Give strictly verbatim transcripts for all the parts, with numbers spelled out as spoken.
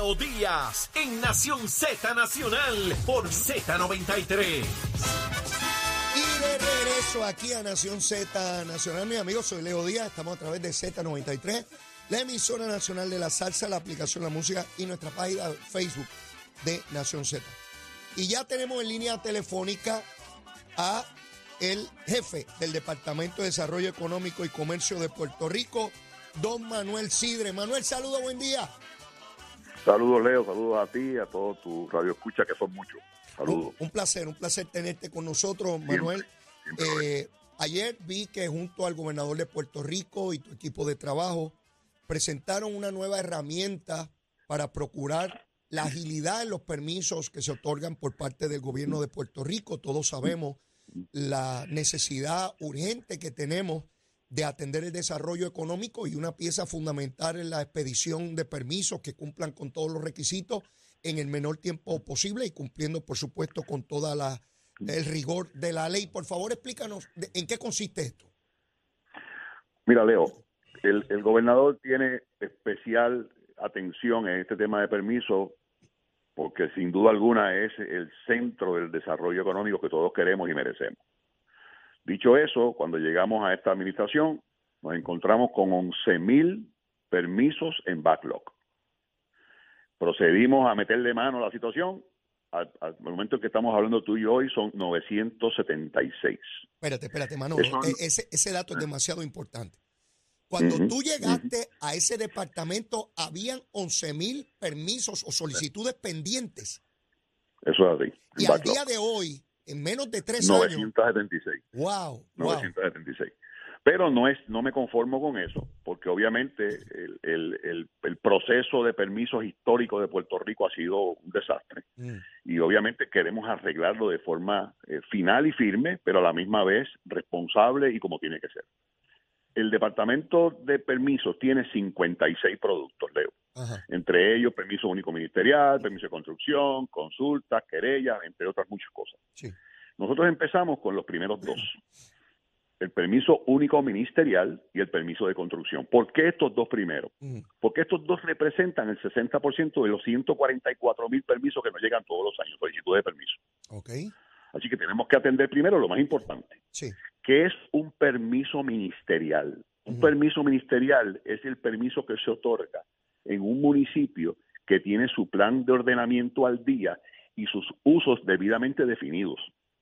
Leo Díaz en Nación Z Nacional por Z noventa y tres. Y de regreso aquí a Nación Z Nacional, mis amigos, soy Leo Díaz, estamos a través de Z noventa y tres, la emisora nacional de la salsa, la aplicación La Música y nuestra página de Facebook de Nación Z. Y ya tenemos en línea telefónica a el jefe del Departamento de Desarrollo Económico y Comercio de Puerto Rico, don Manuel Sidre. Manuel, saludos, buen día. Saludos, Leo, saludos a ti, a todos tus radioescuchas, que son muchos. Saludos. Un, un placer, un placer tenerte con nosotros, Manuel. Siempre, siempre eh, ayer vi que junto al gobernador de Puerto Rico y tu equipo de trabajo presentaron una nueva herramienta para procurar la agilidad en los permisos que se otorgan por parte del gobierno de Puerto Rico. Todos sabemos la necesidad urgente que tenemos de atender el desarrollo económico, y una pieza fundamental en la expedición de permisos que cumplan con todos los requisitos en el menor tiempo posible y cumpliendo, por supuesto, con toda la el rigor de la ley. Por favor, explícanos de, en qué consiste esto. Mira, Leo, el, el gobernador tiene especial atención en este tema de permisos porque sin duda alguna es el centro del desarrollo económico que todos queremos y merecemos. Dicho eso, cuando llegamos a esta administración, nos encontramos con once mil permisos en backlog. Procedimos a meterle mano a la situación. Al, al momento en que estamos hablando tú y yo hoy son novecientos setenta y seis. Espérate, espérate, Manolo. Eso, ese, ese dato es demasiado importante. Cuando uh-huh, tú llegaste uh-huh. a ese departamento, habían once mil permisos o solicitudes pendientes. Eso es así. Y al día de hoy, en menos de tres novecientos setenta y seis. años. Wow. novecientos setenta y seis. Pero no es, no me conformo con eso, porque obviamente el, el, el, el proceso de permisos histórico de Puerto Rico ha sido un desastre. Mm. Y obviamente queremos arreglarlo de forma eh, final y firme, pero a la misma vez responsable y como tiene que ser. El Departamento de Permisos tiene cincuenta y seis productos, Leo. Ajá. Entre ellos permiso único ministerial, permiso de construcción, consultas, querellas, entre otras muchas cosas. Sí. Nosotros empezamos con los primeros dos. El permiso único ministerial y el permiso de construcción. ¿Por qué estos dos primeros? Uh-huh. Porque estos dos representan el sesenta por ciento de los ciento cuarenta y cuatro mil permisos que nos llegan todos los años, solicitudes de permiso. Okay. Así que tenemos que atender primero lo más importante, sí. que es un permiso ministerial. Un uh-huh. permiso ministerial es el permiso que se otorga en un municipio que tiene su plan de ordenamiento al día y sus usos debidamente definidos.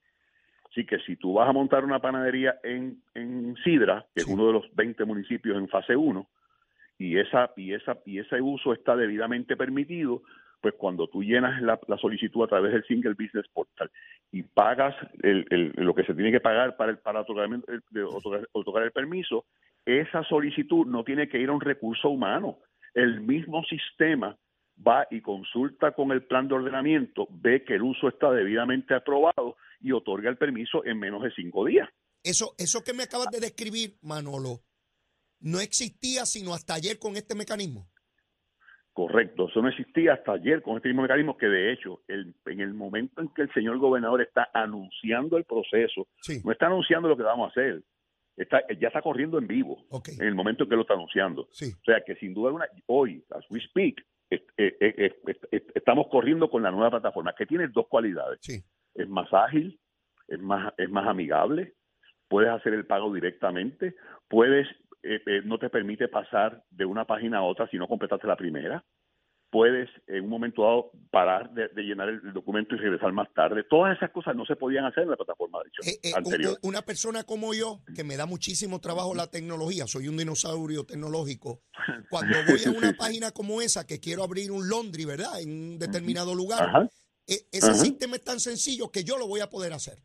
Así que si tú vas a montar una panadería en, en Sidra, que sí. es uno de los veinte municipios en fase uno, y esa y esa y ese uso está debidamente permitido, pues cuando tú llenas la, la solicitud a través del Single Business Portal y pagas el, el, lo que se tiene que pagar para, el, para otorgar, el, otorgar, otorgar el permiso, esa solicitud no tiene que ir a un recurso humano. El mismo sistema va y consulta con el plan de ordenamiento, ve que el uso está debidamente aprobado y otorga el permiso en menos de cinco días. Eso, eso que me acabas de describir, Manolo, no existía sino hasta ayer con este mecanismo. Correcto, eso no existía hasta ayer con este mismo mecanismo, que de hecho, el, en el momento en que el señor gobernador está anunciando el proceso, sí. no está anunciando lo que vamos a hacer, está, ya está corriendo en vivo, okay. en el momento en que lo está anunciando. Sí. O sea que sin duda alguna, hoy, as we speak, eh, eh, eh, eh, estamos corriendo con la nueva plataforma, que tiene dos cualidades. Sí. Es más ágil, es más, es más amigable, puedes hacer el pago directamente, puedes, eh, eh, no te permite pasar de una página a otra si no completaste la primera, puedes en un momento dado parar de, de llenar el documento y regresar más tarde. Todas esas cosas no se podían hacer en la plataforma de hecho, eh, eh, anterior. Una persona como yo, que me da muchísimo trabajo la tecnología, soy un dinosaurio tecnológico, cuando voy a una página como esa, que quiero abrir un laundry, ¿verdad?, en un determinado lugar, Ajá. ese Ajá. sistema es tan sencillo que yo lo voy a poder hacer.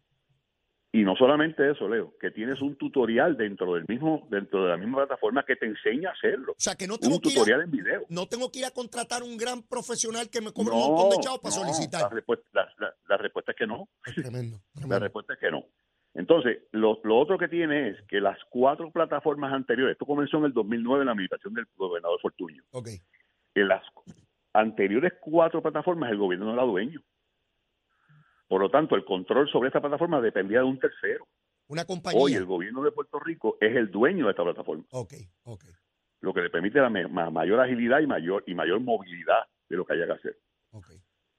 Y no solamente eso, Leo, que tienes un tutorial dentro del mismo, dentro de la misma plataforma que te enseña a hacerlo. O sea, que no tengo un que tutorial ir a, en video. No tengo que ir a contratar un gran profesional que me cobre no, un montón de chavos para no, solicitar. La respuesta, la, la, la respuesta es que no. Es tremendo, tremendo. La respuesta es que no. Entonces, lo, lo otro que tiene es que las cuatro plataformas anteriores, esto comenzó en el dos mil nueve en la administración del gobernador Fortuño. Okay. En las anteriores cuatro plataformas el gobierno no era dueño. Por lo tanto, el control sobre esta plataforma dependía de un tercero. Una compañía. Hoy el gobierno de Puerto Rico es el dueño de esta plataforma. Ok, ok. Lo que le permite la ma- mayor agilidad y mayor y mayor movilidad de lo que haya que hacer. Okay.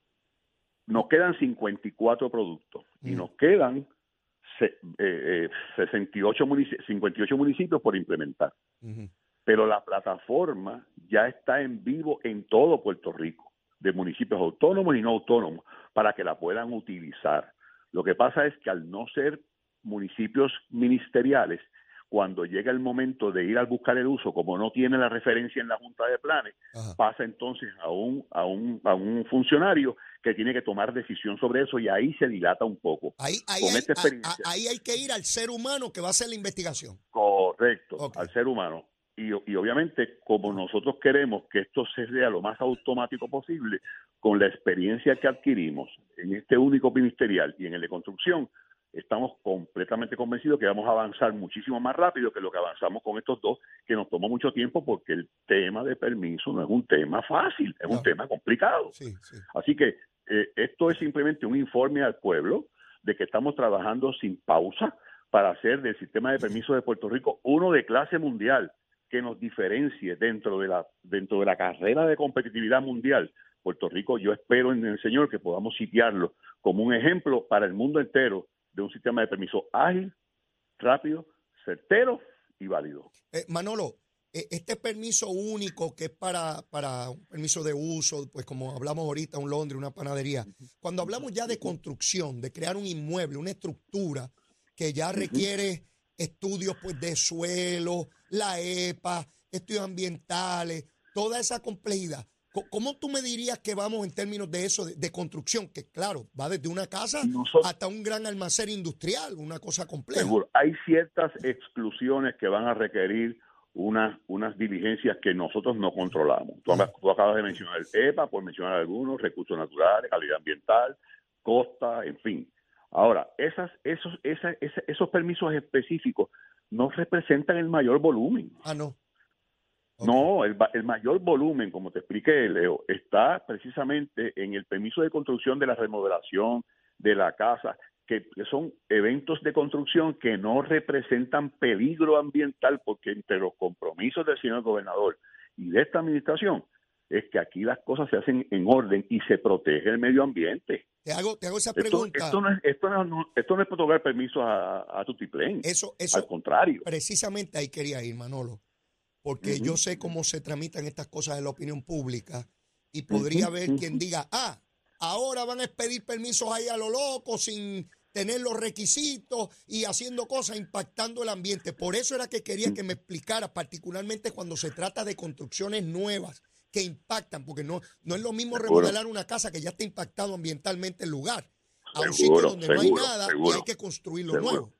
Nos quedan cincuenta y cuatro productos mm. y nos quedan se, eh, sesenta y ocho municipios, cincuenta y ocho municipios por implementar. Uh-huh. Pero la plataforma ya está en vivo en todo Puerto Rico, de municipios autónomos y no autónomos, para que la puedan utilizar. Lo que pasa es que al no ser municipios ministeriales, cuando llega el momento de ir a buscar el uso, como no tiene la referencia en la Junta de Planes, Ajá. pasa entonces a un, a, un, a un funcionario que tiene que tomar decisión sobre eso y ahí se dilata un poco. Ahí, ahí, Con hay, esta experiencia. A, a, ahí hay que ir al ser humano que va a hacer la investigación. Correcto, okay. al ser humano. Y, y obviamente, como nosotros queremos que esto sea lo más automático posible, con la experiencia que adquirimos en este único ministerial y en el de construcción, estamos completamente convencidos que vamos a avanzar muchísimo más rápido que lo que avanzamos con estos dos, que nos tomó mucho tiempo porque el tema de permiso no es un tema fácil, es no. un tema complicado. Sí, sí. Así que eh, esto es simplemente un informe al pueblo de que estamos trabajando sin pausa para hacer del sistema de permiso de Puerto Rico uno de clase mundial que nos diferencie dentro de la dentro de la carrera de competitividad mundial. Puerto Rico, yo espero en el Señor que podamos sitiarlo como un ejemplo para el mundo entero de un sistema de permiso ágil, rápido, certero y válido. Eh, Manolo, eh, este permiso único que es para, para un permiso de uso, pues como hablamos ahorita, un Londres, una panadería, cuando hablamos ya de construcción, de crear un inmueble, una estructura que ya requiere estudios pues de suelo, la E P A, estudios ambientales, toda esa complejidad. ¿Cómo tú me dirías que vamos en términos de eso, de, de construcción? Que claro, va desde una casa Nosotros, hasta un gran almacén industrial, una cosa compleja. Seguro. Hay ciertas exclusiones que van a requerir unas, unas diligencias que nosotros no controlamos. Tú, tú acabas de mencionar el E P A, por mencionar algunos, recursos naturales, calidad ambiental, costa, en fin. Ahora, esas, esos, esa, esa, esos permisos específicos no representan el mayor volumen. Ah, no. Okay. No, el, el mayor volumen, como te expliqué, Leo, está precisamente en el permiso de construcción de la remodelación de la casa, que, que son eventos de construcción que no representan peligro ambiental, porque entre los compromisos del señor gobernador y de esta administración es que aquí las cosas se hacen en orden y se protege el medio ambiente. Te hago, te hago esa pregunta. Esto, esto, no, es, esto, no, esto no es para otorgar permisos a, a tutiplén. Eso, eso, al contrario. Precisamente ahí quería ir, Manolo. Porque uh-huh. yo sé cómo se tramitan estas cosas en la opinión pública y podría haber uh-huh. quien diga, ah, ahora van a expedir permisos ahí a lo loco sin tener los requisitos y haciendo cosas impactando el ambiente. Por eso era que quería que me explicara, particularmente cuando se trata de construcciones nuevas que impactan, porque no, no es lo mismo seguro. remodelar una casa que ya está impactado ambientalmente el lugar, a seguro, un sitio donde seguro, no hay nada seguro, y hay que construirlo seguro. nuevo.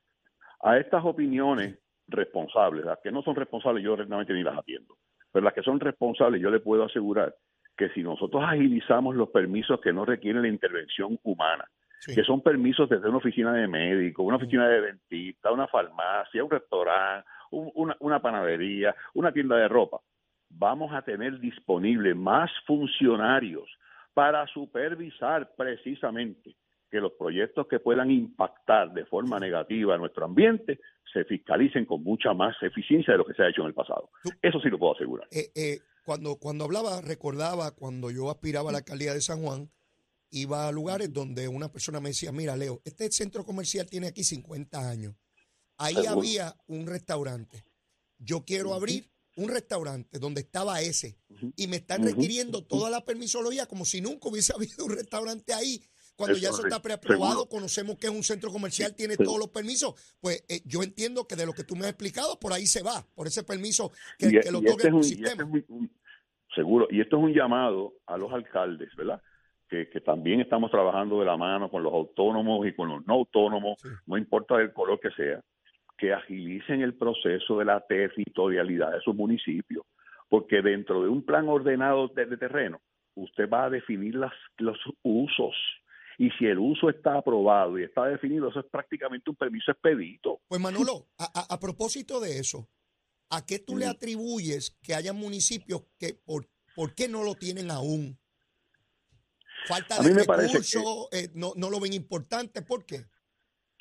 A estas opiniones responsables, las que no son responsables yo realmente ni las atiendo, pero las que son responsables yo le puedo asegurar que si nosotros agilizamos los permisos que no requieren la intervención humana, sí. que son permisos desde una oficina de médico, una oficina de dentista, una farmacia, un restaurante, un, una, una panadería, una tienda de ropa, vamos a tener disponibles más funcionarios para supervisar precisamente que los proyectos que puedan impactar de forma negativa a nuestro ambiente se fiscalicen con mucha más eficiencia de lo que se ha hecho en el pasado. Eso sí lo puedo asegurar. Eh, eh, cuando, cuando hablaba, recordaba cuando yo aspiraba a la alcaldía de San Juan, iba a lugares donde una persona me decía, mira, Leo, este centro comercial tiene aquí cincuenta años. Ahí ¿Seguro? había un restaurante. Yo quiero uh-huh. abrir un restaurante donde estaba ese uh-huh. y me están requiriendo uh-huh. toda la permisología como si nunca hubiese habido un restaurante ahí. Cuando eso, ya eso está preaprobado, seguro. conocemos que es un centro comercial, tiene seguro. todos los permisos, pues eh, yo entiendo que de lo que tú me has explicado, por ahí se va, por ese permiso que, y, que lo toque este el un, sistema. Este es un, un, seguro, y esto es un llamado a los alcaldes, ¿verdad? Que, que también estamos trabajando de la mano con los autónomos y con los no autónomos, sí. no importa el color que sea, que agilicen el proceso de la territorialidad de sus municipios, porque dentro de un plan ordenado de, de terreno, usted va a definir las, los usos. Y si el uso está aprobado y está definido, eso es prácticamente un permiso expedito. Pues Manolo, a, a, a propósito de eso, ¿a qué tú mm. le atribuyes que haya municipios que por, por qué no lo tienen aún? Falta de recursos, que, eh, no, no lo ven importante, ¿por qué?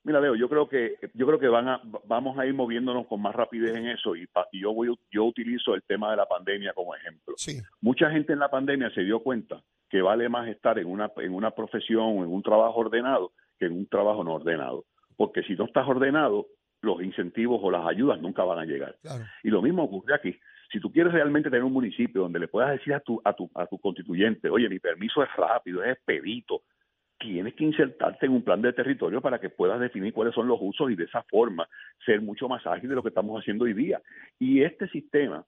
Mira, Leo, yo creo que yo creo que van a vamos a ir moviéndonos con más rapidez en eso y, pa, y yo voy yo utilizo el tema de la pandemia como ejemplo. Sí. Mucha gente en la pandemia se dio cuenta que vale más estar en una en una profesión o en un trabajo ordenado que en un trabajo no ordenado, porque si no estás ordenado, los incentivos o las ayudas nunca van a llegar. Claro. Y lo mismo ocurre aquí. Si tú quieres realmente tener un municipio donde le puedas decir a tu a tu a tu constituyente, oye, mi permiso es rápido, es expedito, tienes que insertarte en un plan de territorio para que puedas definir cuáles son los usos y de esa forma ser mucho más ágil de lo que estamos haciendo hoy día. Y este sistema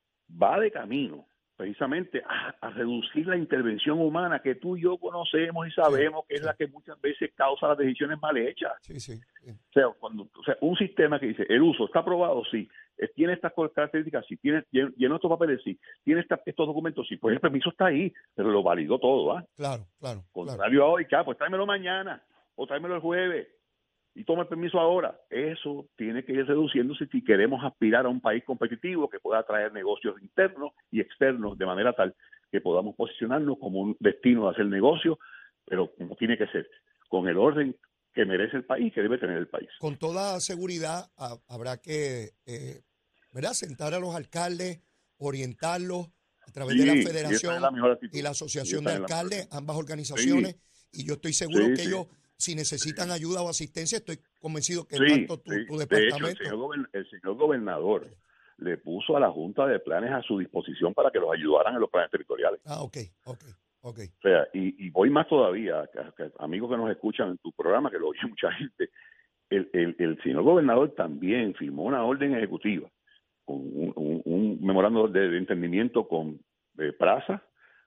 va de camino precisamente a, a reducir la intervención humana que tú y yo conocemos y sabemos sí, que sí. es la que muchas veces causa las decisiones mal hechas. Sí, sí, sí. O sea, cuando, o sea, un sistema que dice, el uso está aprobado, sí, tiene estas características, sí, tiene, lleno estos papeles, sí, tiene esta, estos documentos, sí, pues el permiso está ahí, pero lo validó todo, ¿ah? Claro, claro. Contrario claro. a hoy, ya, pues tráemelo mañana, o tráemelo el jueves, y toma el permiso ahora. Eso tiene que ir reduciéndose si queremos aspirar a un país competitivo que pueda atraer negocios internos y externos de manera tal que podamos posicionarnos como un destino de hacer negocio, pero como tiene que ser, con el orden que merece el país, que debe tener el país. Con toda seguridad a, habrá que eh, ¿verdad? sentar a los alcaldes, orientarlos a través sí, de la federación y, y la asociación de alcaldes, ambas organizaciones, sí. y yo estoy seguro sí, que sí. ellos, si necesitan ayuda o asistencia, estoy convencido que sí, tanto tu, sí. tu departamento. De hecho, el, señor gobern- el señor gobernador le puso a la Junta de Planes a su disposición para que los ayudaran en los planes territoriales. Ah, ok, ok. Okay. O sea, y, y voy más todavía, que, que, amigos que nos escuchan en tu programa, que lo oye mucha gente, el, el, el señor gobernador también firmó una orden ejecutiva, con un, un, un memorando de, de entendimiento con eh, Praza,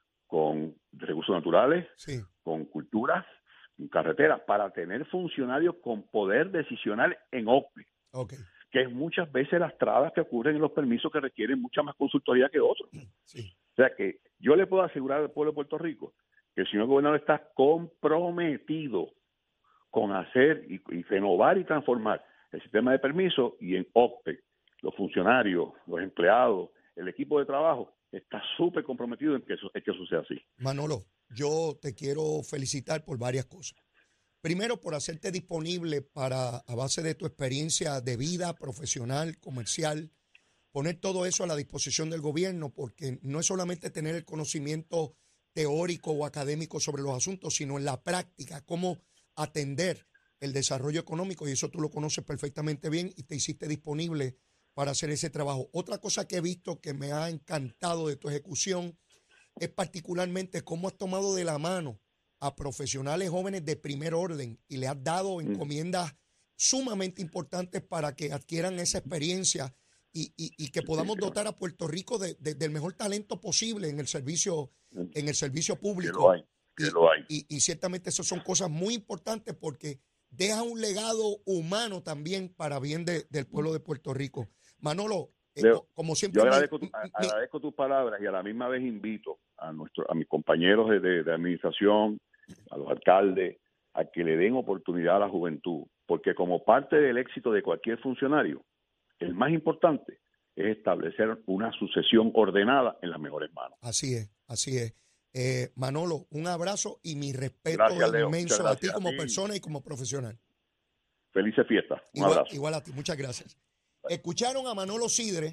con recursos naturales, sí. con cultura, con carreteras, para tener funcionarios con poder decisional en O C P E, okay. que es muchas veces las trabas que ocurren en los permisos que requieren mucha más consultoría que otros. Sí. O sea que yo le puedo asegurar al pueblo de Puerto Rico que el señor gobernador está comprometido con hacer y, y renovar y transformar el sistema de permisos, y en O C P E, los funcionarios, los empleados, el equipo de trabajo está súper comprometido en que, eso, en que eso sea así. Manolo, yo te quiero felicitar por varias cosas. Primero, por hacerte disponible para, a base de tu experiencia de vida profesional, comercial, poner todo eso a la disposición del gobierno, porque no es solamente tener el conocimiento teórico o académico sobre los asuntos, sino en la práctica, cómo atender el desarrollo económico, y eso tú lo conoces perfectamente bien y te hiciste disponible para hacer ese trabajo. Otra cosa que he visto que me ha encantado de tu ejecución es particularmente cómo has tomado de la mano a profesionales jóvenes de primer orden y le has dado encomiendas sumamente importantes para que adquieran esa experiencia y, y, y que podamos dotar a Puerto Rico de, de, del mejor talento posible en el servicio, en el servicio público. Que lo hay, que y, lo hay. Y, y ciertamente esas son cosas muy importantes porque deja un legado humano también para bien de, del pueblo de Puerto Rico. Manolo, eh, Leo, como siempre... Yo agradezco, mi, tu, agradezco tus palabras y a la misma vez invito a nuestro, a mis compañeros de, de, de administración, a los alcaldes, a que le den oportunidad a la juventud, porque como parte del éxito de cualquier funcionario, el más importante es establecer una sucesión ordenada en las mejores manos. Así es, así es. Eh, Manolo, un abrazo y mi respeto gracias, Leo. inmenso a ti como a ti. persona y como profesional. Felices fiestas. Un igual, abrazo. Igual a ti, muchas gracias. Bye. Escucharon a Manolo Sidre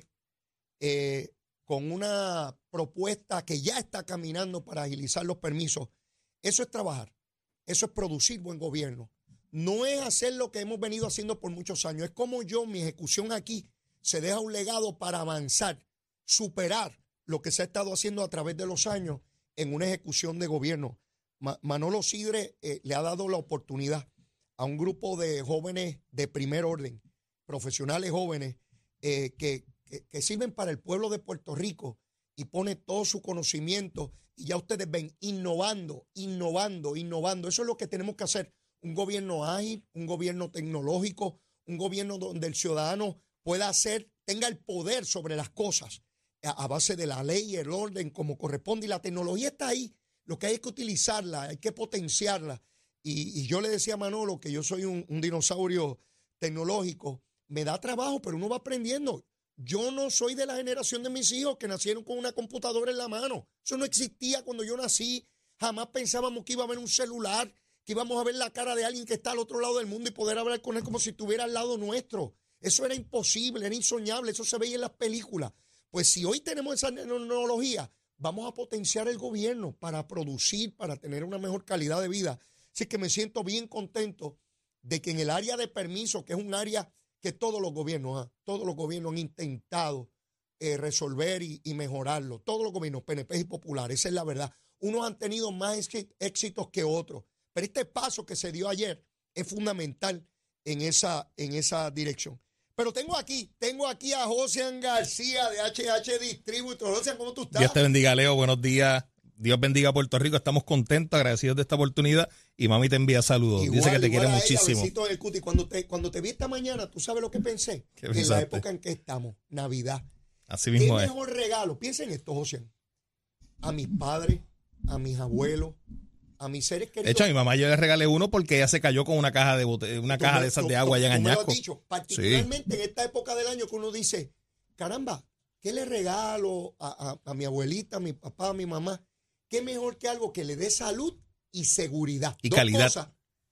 eh, con una propuesta que ya está caminando para agilizar los permisos. Eso es trabajar, eso es producir buen gobierno. No es hacer lo que hemos venido haciendo por muchos años. Es como yo, mi ejecución aquí, se deja un legado para avanzar, superar lo que se ha estado haciendo a través de los años en una ejecución de gobierno. Ma- Manolo Sidre eh, le ha dado la oportunidad a un grupo de jóvenes de primer orden, profesionales jóvenes, eh, que, que, que sirven para el pueblo de Puerto Rico y pone todo su conocimiento y ya ustedes ven innovando, innovando, innovando. Eso es lo que tenemos que hacer. Un gobierno ágil, un gobierno tecnológico, un gobierno donde el ciudadano pueda hacer, tenga el poder sobre las cosas a, a base de la ley y el orden como corresponde. Y la tecnología está ahí. Lo que hay es que utilizarla, hay que potenciarla. Y, y yo le decía a Manolo que yo soy un, un dinosaurio tecnológico. Me da trabajo, pero uno va aprendiendo. Yo no soy de la generación de mis hijos que nacieron con una computadora en la mano. Eso no existía cuando yo nací. Jamás pensábamos que iba a haber un celular, que íbamos a ver la cara de alguien que está al otro lado del mundo y poder hablar con él como si estuviera al lado nuestro. Eso era imposible, era insoñable, eso se veía en las películas. Pues si hoy tenemos esa tecnología, vamos a potenciar el gobierno para producir, para tener una mejor calidad de vida. Así que me siento bien contento de que en el área de permiso, que es un área que todos los gobiernos, ¿eh? todos los gobiernos han intentado eh, resolver y, y mejorarlo. Todos los gobiernos, P N P y populares, esa es la verdad. Unos han tenido más éxitos que otros. Pero este paso que se dio ayer es fundamental en esa, en esa dirección. Pero tengo aquí, tengo aquí a Josian García de H H Distributor. Josian, ¿cómo tú estás? Dios te bendiga, Leo. Buenos días. Dios bendiga a Puerto Rico. Estamos contentos, agradecidos de esta oportunidad. Y mami te envía saludos. Igual, Dice que te quiere ella, muchísimo. En el cuti. Cuando te, cuando te vi esta mañana, ¿tú sabes lo que pensé? En la época en que estamos, Navidad. Así mismo ¿Qué es. mejor regalo? Piensa en esto, Josian. A mis padres, a mis abuelos, a mis seres queridos. De hecho, a mi mamá yo le regalé uno porque ella se cayó con una caja de bote, una caja me, de esas tú, de agua allá en Añasco. Me lo Añasco. has dicho, particularmente sí. En esta época del año que uno dice, caramba, ¿qué le regalo a, a, a mi abuelita, a mi papá, a mi mamá? ¿Qué mejor que algo que le dé salud y seguridad? Y Dos calidad. Cosas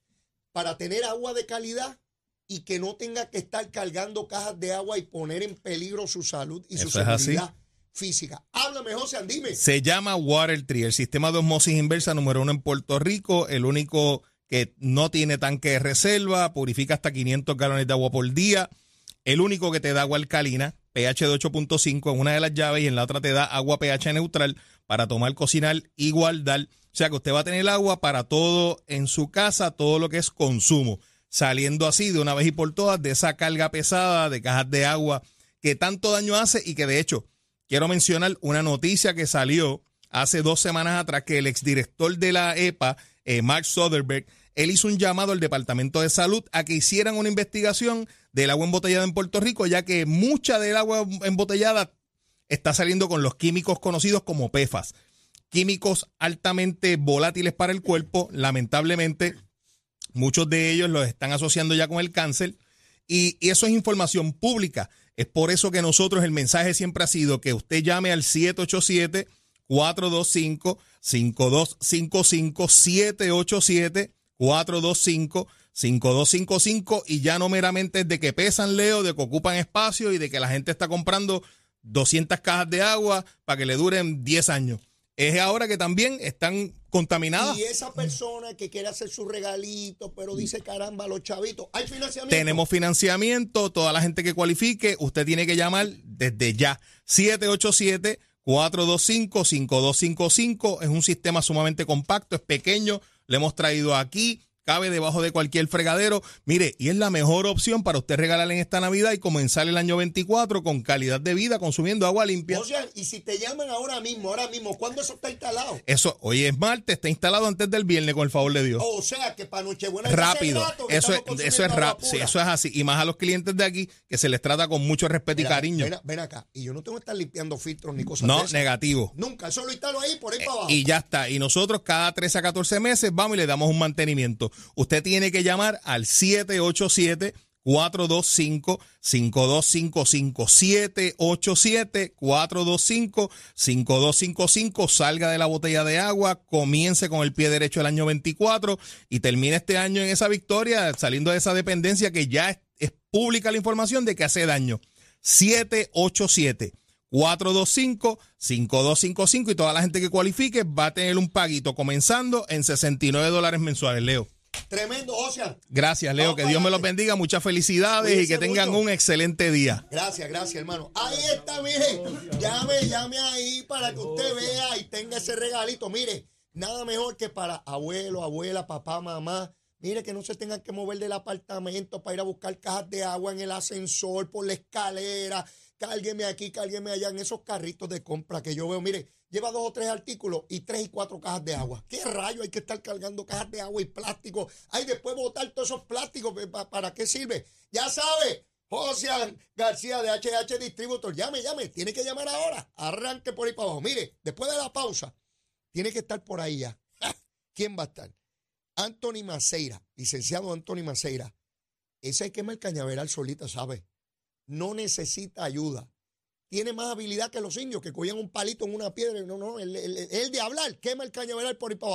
para tener agua de calidad y que no tenga que estar cargando cajas de agua y poner en peligro su salud y Eso su es seguridad así. Física. Háblame, José, dime. Se llama Water Tree, el sistema de osmosis inversa número uno en Puerto Rico, el único que no tiene tanque de reserva, purifica hasta quinientos galones de agua por día, el único que te da agua alcalina, pH de ocho punto cinco en una de las llaves y en la otra te da agua pH neutral para tomar, cocinar y guardar. O sea que usted va a tener agua para todo en su casa, todo lo que es consumo, saliendo así de una vez y por todas de esa carga pesada de cajas de agua que tanto daño hace y que de hecho quiero mencionar una noticia que salió hace dos semanas atrás que el exdirector de la E P A, eh, Mark Soderberg, él hizo un llamado al Departamento de Salud a que hicieran una investigación del agua embotellada en Puerto Rico, ya que mucha del agua embotellada está saliendo con los químicos conocidos como P F A S, químicos altamente volátiles para el cuerpo. Lamentablemente, muchos de ellos los están asociando ya con el cáncer y, y eso es información pública. Es por eso que nosotros el mensaje siempre ha sido que usted llame al siete ocho siete, cuatro dos cinco, cinco dos cinco cinco, siete ocho siete, cuatro dos cinco, cinco dos cinco cinco y ya no meramente es de que pesan, Leo, de que ocupan espacio y de que la gente está comprando doscientas cajas de agua para que le duren diez años. Es ahora que también están contaminadas. Y esa persona que quiere hacer su regalito, pero dice, caramba, los chavitos, ¿hay financiamiento? Tenemos financiamiento, toda la gente que cualifique, usted tiene que llamar desde ya. siete ocho siete, cuatro dos cinco, cinco dos cinco cinco. Es un sistema sumamente compacto, es pequeño, lo hemos traído aquí. Cabe debajo de cualquier fregadero. Mire, y es la mejor opción para usted regalarle en esta Navidad y comenzar el año veinticuatro con calidad de vida, consumiendo agua limpia. O sea, y si te llaman ahora mismo, ahora mismo, ¿cuándo eso está instalado? Eso, hoy es martes, está instalado antes del viernes, con el favor de Dios. O sea, que para Nochebuena rápido. Rato Eso es, eso es rápido. Sí, eso es así. Y más a los clientes de aquí, que se les trata con mucho respeto Mira, y cariño. Ven, ven acá. Y yo no tengo que estar limpiando filtros ni cosas No, de esas. negativo. Nunca. Eso lo instalo ahí, por ahí para abajo. Y ya está. Y nosotros cada trece a catorce meses vamos y le damos un mantenimiento. Usted tiene que llamar al siete ocho siete, cuatro dos cinco, cinco dos cinco cinco, siete ocho siete, cuatro dos cinco, cinco dos cinco cinco. Salga de la botella de agua, comience con el pie derecho el año veinticuatro y termine este año en esa victoria, saliendo de esa dependencia que ya es, es pública la información de que hace daño. siete ocho siete, cuatro dos cinco, cinco dos cinco cinco y toda la gente que cualifique va a tener un paguito comenzando en sesenta y nueve dólares mensuales, Leo. Tremendo, José. Gracias, Leo. Vamos que Dios me los adelante. bendiga. Muchas felicidades. Cuídense y que tengan mucho. un excelente día. Gracias, gracias, hermano. Ahí está, mire. Llame, llame ahí para que usted vea y tenga ese regalito. Mire, nada mejor que para abuelo, abuela, papá, mamá. Mire, que no se tengan que mover del apartamento para ir a buscar cajas de agua en el ascensor, por la escalera. Cárgueme aquí, cárgueme allá en esos carritos de compra que yo veo. Mire, lleva dos o tres artículos y tres y cuatro cajas de agua. ¿Qué rayo hay que estar cargando cajas de agua y plástico? Ay, después botar todos esos plásticos. ¿Para qué sirve? Ya sabe, José García de H H Distributor. Llame, llame. Tiene que llamar ahora. Arranque por ahí para abajo. Mire, después de la pausa, tiene que estar por ahí ya. ¿Quién va a estar? Anthony Maceira, licenciado Anthony Maceira. Ese hay que quemar el cañaveral solita, ¿sabe? No necesita ayuda. Tiene más habilidad que los indios que cogían un palito en una piedra. No, no, el, el, el de hablar, quema el cañaveral por ahí para abajo.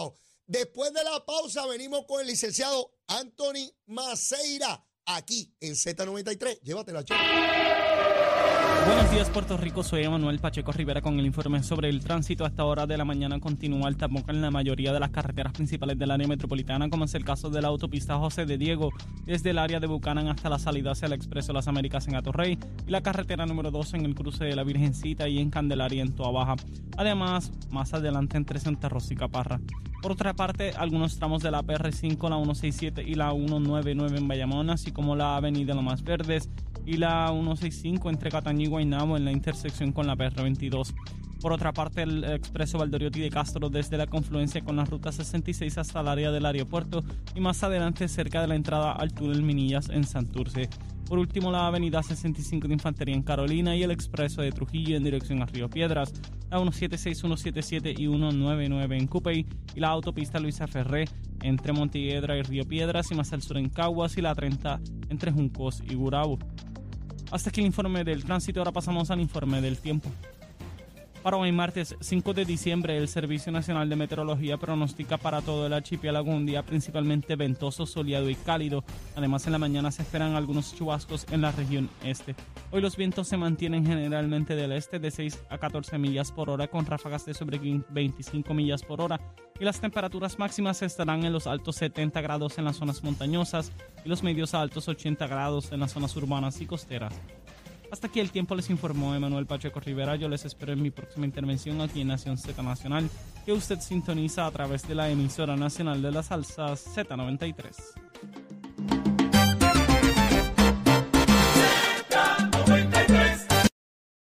Después de la pausa venimos con el licenciado Anthony Maceira aquí en Z noventa y tres. Llévatela, chico. Buenos días, Puerto Rico. Soy Emanuel Pacheco Rivera con el informe sobre el tránsito. A esta hora de la mañana continúa el tapón en la mayoría de las carreteras principales del área metropolitana, como es el caso de la autopista José de Diego, desde el área de Buchanan hasta la salida hacia el Expreso Las Américas en Atorrey, y la carretera número dos en el cruce de la Virgencita y en Candelaria en Toabaja. Además, más adelante entre Santa Rosa y Caparra. Por otra parte, algunos tramos de la P R cinco, la ciento sesenta y siete y la ciento noventa y nueve en Bayamón, así como la avenida Lomas Verdes y la ciento sesenta y cinco entre Cataño y Guaynabo en la intersección con la P R veintidós. Por otra parte, el expreso Valdoriotti de Castro desde la confluencia con la ruta sesenta y seis hasta el área del aeropuerto y más adelante cerca de la entrada al túnel Minillas en Santurce. Por último, la avenida sesenta y cinco de Infantería en Carolina y el expreso de Trujillo en dirección a Río Piedras, la ciento setenta y seis, ciento setenta y siete y ciento noventa y nueve en Cupey y la autopista Luisa Ferré entre Montiedra y Río Piedras y más al sur en Caguas y la treinta entre Juncos y Gurabo. Hasta aquí el informe del tránsito. Ahora pasamos al informe del tiempo. Para hoy martes cinco de diciembre, el Servicio Nacional de Meteorología pronostica para todo el archipiélago un día principalmente ventoso, soleado y cálido. Además, en la mañana se esperan algunos chubascos en la región este. Hoy los vientos se mantienen generalmente del este de seis a catorce millas por hora, con ráfagas de sobre veinticinco millas por hora, y las temperaturas máximas estarán en los altos setenta grados en las zonas montañosas y los medios a altos ochenta grados en las zonas urbanas y costeras. Hasta aquí el tiempo, les informó Emanuel Pacheco Rivera. Yo les espero en mi próxima intervención aquí en Nación Z Nacional, que usted sintoniza a través de la emisora nacional de las salsas Z noventa y tres.